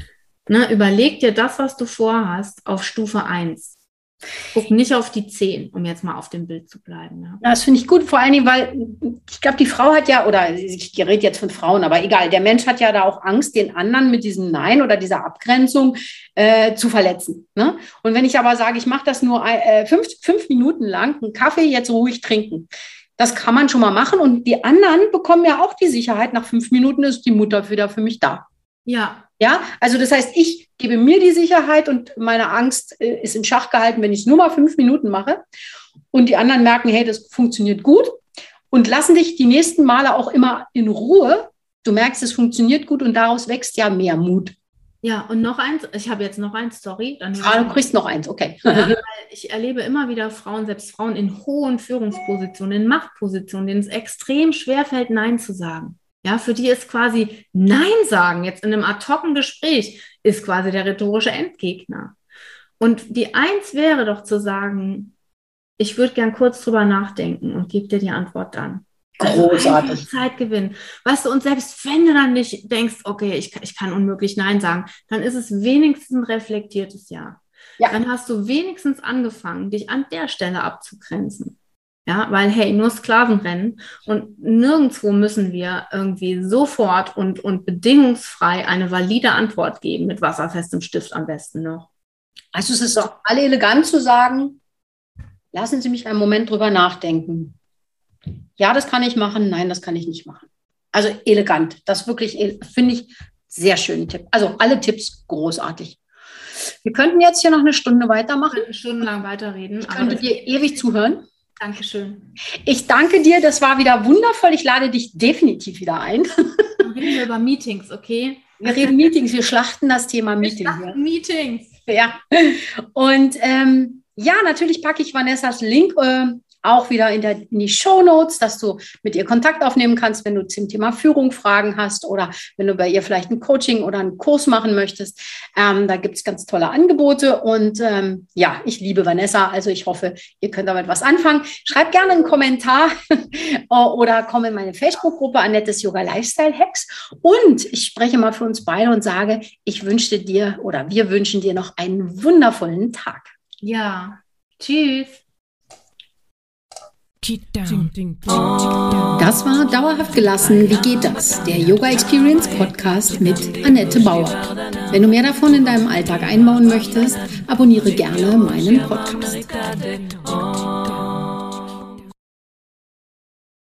B: Ne? Überleg dir das, was du vorhast, auf Stufe 1. Guck nicht auf die 10, um jetzt mal auf dem Bild zu bleiben. Ja.
A: Das finde ich gut, vor allen Dingen, weil ich glaube, die Frau hat ja, oder ich rede jetzt von Frauen, aber egal, der Mensch hat ja da auch Angst, den anderen mit diesem Nein oder dieser Abgrenzung zu verletzen. Ne? Und wenn ich aber sage, ich mache das nur 5 Minuten lang, einen Kaffee jetzt ruhig trinken, das kann man schon mal machen. Und die anderen bekommen ja auch die Sicherheit, nach 5 Minuten ist die Mutter wieder für mich da.
B: Ja.
A: Ja, also das heißt, ich gebe mir die Sicherheit und meine Angst ist in Schach gehalten, wenn ich es nur mal 5 Minuten mache und die anderen merken, hey, das funktioniert gut und lassen dich die nächsten Male auch immer in Ruhe. Du merkst, es funktioniert gut und daraus wächst ja mehr Mut.
B: Ja, und noch eins, ich habe jetzt noch eins, sorry.
A: Du kriegst noch eins, okay.
B: Ja, weil ich erlebe immer wieder Frauen, selbst Frauen in hohen Führungspositionen, in Machtpositionen, denen es extrem schwerfällt, Nein zu sagen. Ja, für die ist quasi Nein sagen, jetzt in einem Ad-hoc-Gespräch, ist quasi der rhetorische Endgegner. Und die 1 wäre doch zu sagen, ich würde gern kurz drüber nachdenken und gebe dir die Antwort dann.
A: Großartig.
B: Also Zeit gewinnen. Weißt du, und selbst wenn du dann nicht denkst, okay, ich kann unmöglich Nein sagen, dann ist es wenigstens ein reflektiertes Ja. Dann hast du wenigstens angefangen, dich an der Stelle abzugrenzen. Ja, weil, hey, nur Sklavenrennen und nirgendwo müssen wir irgendwie sofort und bedingungsfrei eine valide Antwort geben, mit wasserfestem Stift am besten noch.
A: Also es ist doch alle elegant zu sagen, lassen Sie mich einen Moment drüber nachdenken. Ja, das kann ich machen, nein, das kann ich nicht machen. Also elegant. Das wirklich, finde ich, sehr schönen Tipp. Also alle Tipps großartig. Wir könnten jetzt hier noch eine Stunde weitermachen.
B: Stundenlang weiterreden.
A: Ich könnte dir ewig zuhören.
B: Dankeschön.
A: Ich danke dir, das war wieder wundervoll. Ich lade dich definitiv wieder ein.
B: Dann reden wir über Meetings, okay?
A: Wir reden Meetings, wir schlachten das Thema Meeting.
B: Wir schlachten Meetings.
A: Ja. Und ja, natürlich packe ich Vanessas Link auch wieder in die Shownotes, dass du mit ihr Kontakt aufnehmen kannst, wenn du zum Thema Führung Fragen hast oder wenn du bei ihr vielleicht ein Coaching oder einen Kurs machen möchtest. Da gibt es ganz tolle Angebote und ja, ich liebe Vanessa, also ich hoffe, ihr könnt damit was anfangen. Schreib gerne einen Kommentar oder komm in meine Facebook-Gruppe Annettes Yoga Lifestyle Hacks und ich spreche mal für uns beide und sage, ich wünsche dir oder wir wünschen dir noch einen wundervollen Tag.
B: Ja, tschüss.
A: Das war Dauerhaft gelassen, wie geht das? Der Yoga Experience Podcast mit Annette Bauer. Wenn du mehr davon in deinem Alltag einbauen möchtest, abonniere gerne meinen Podcast.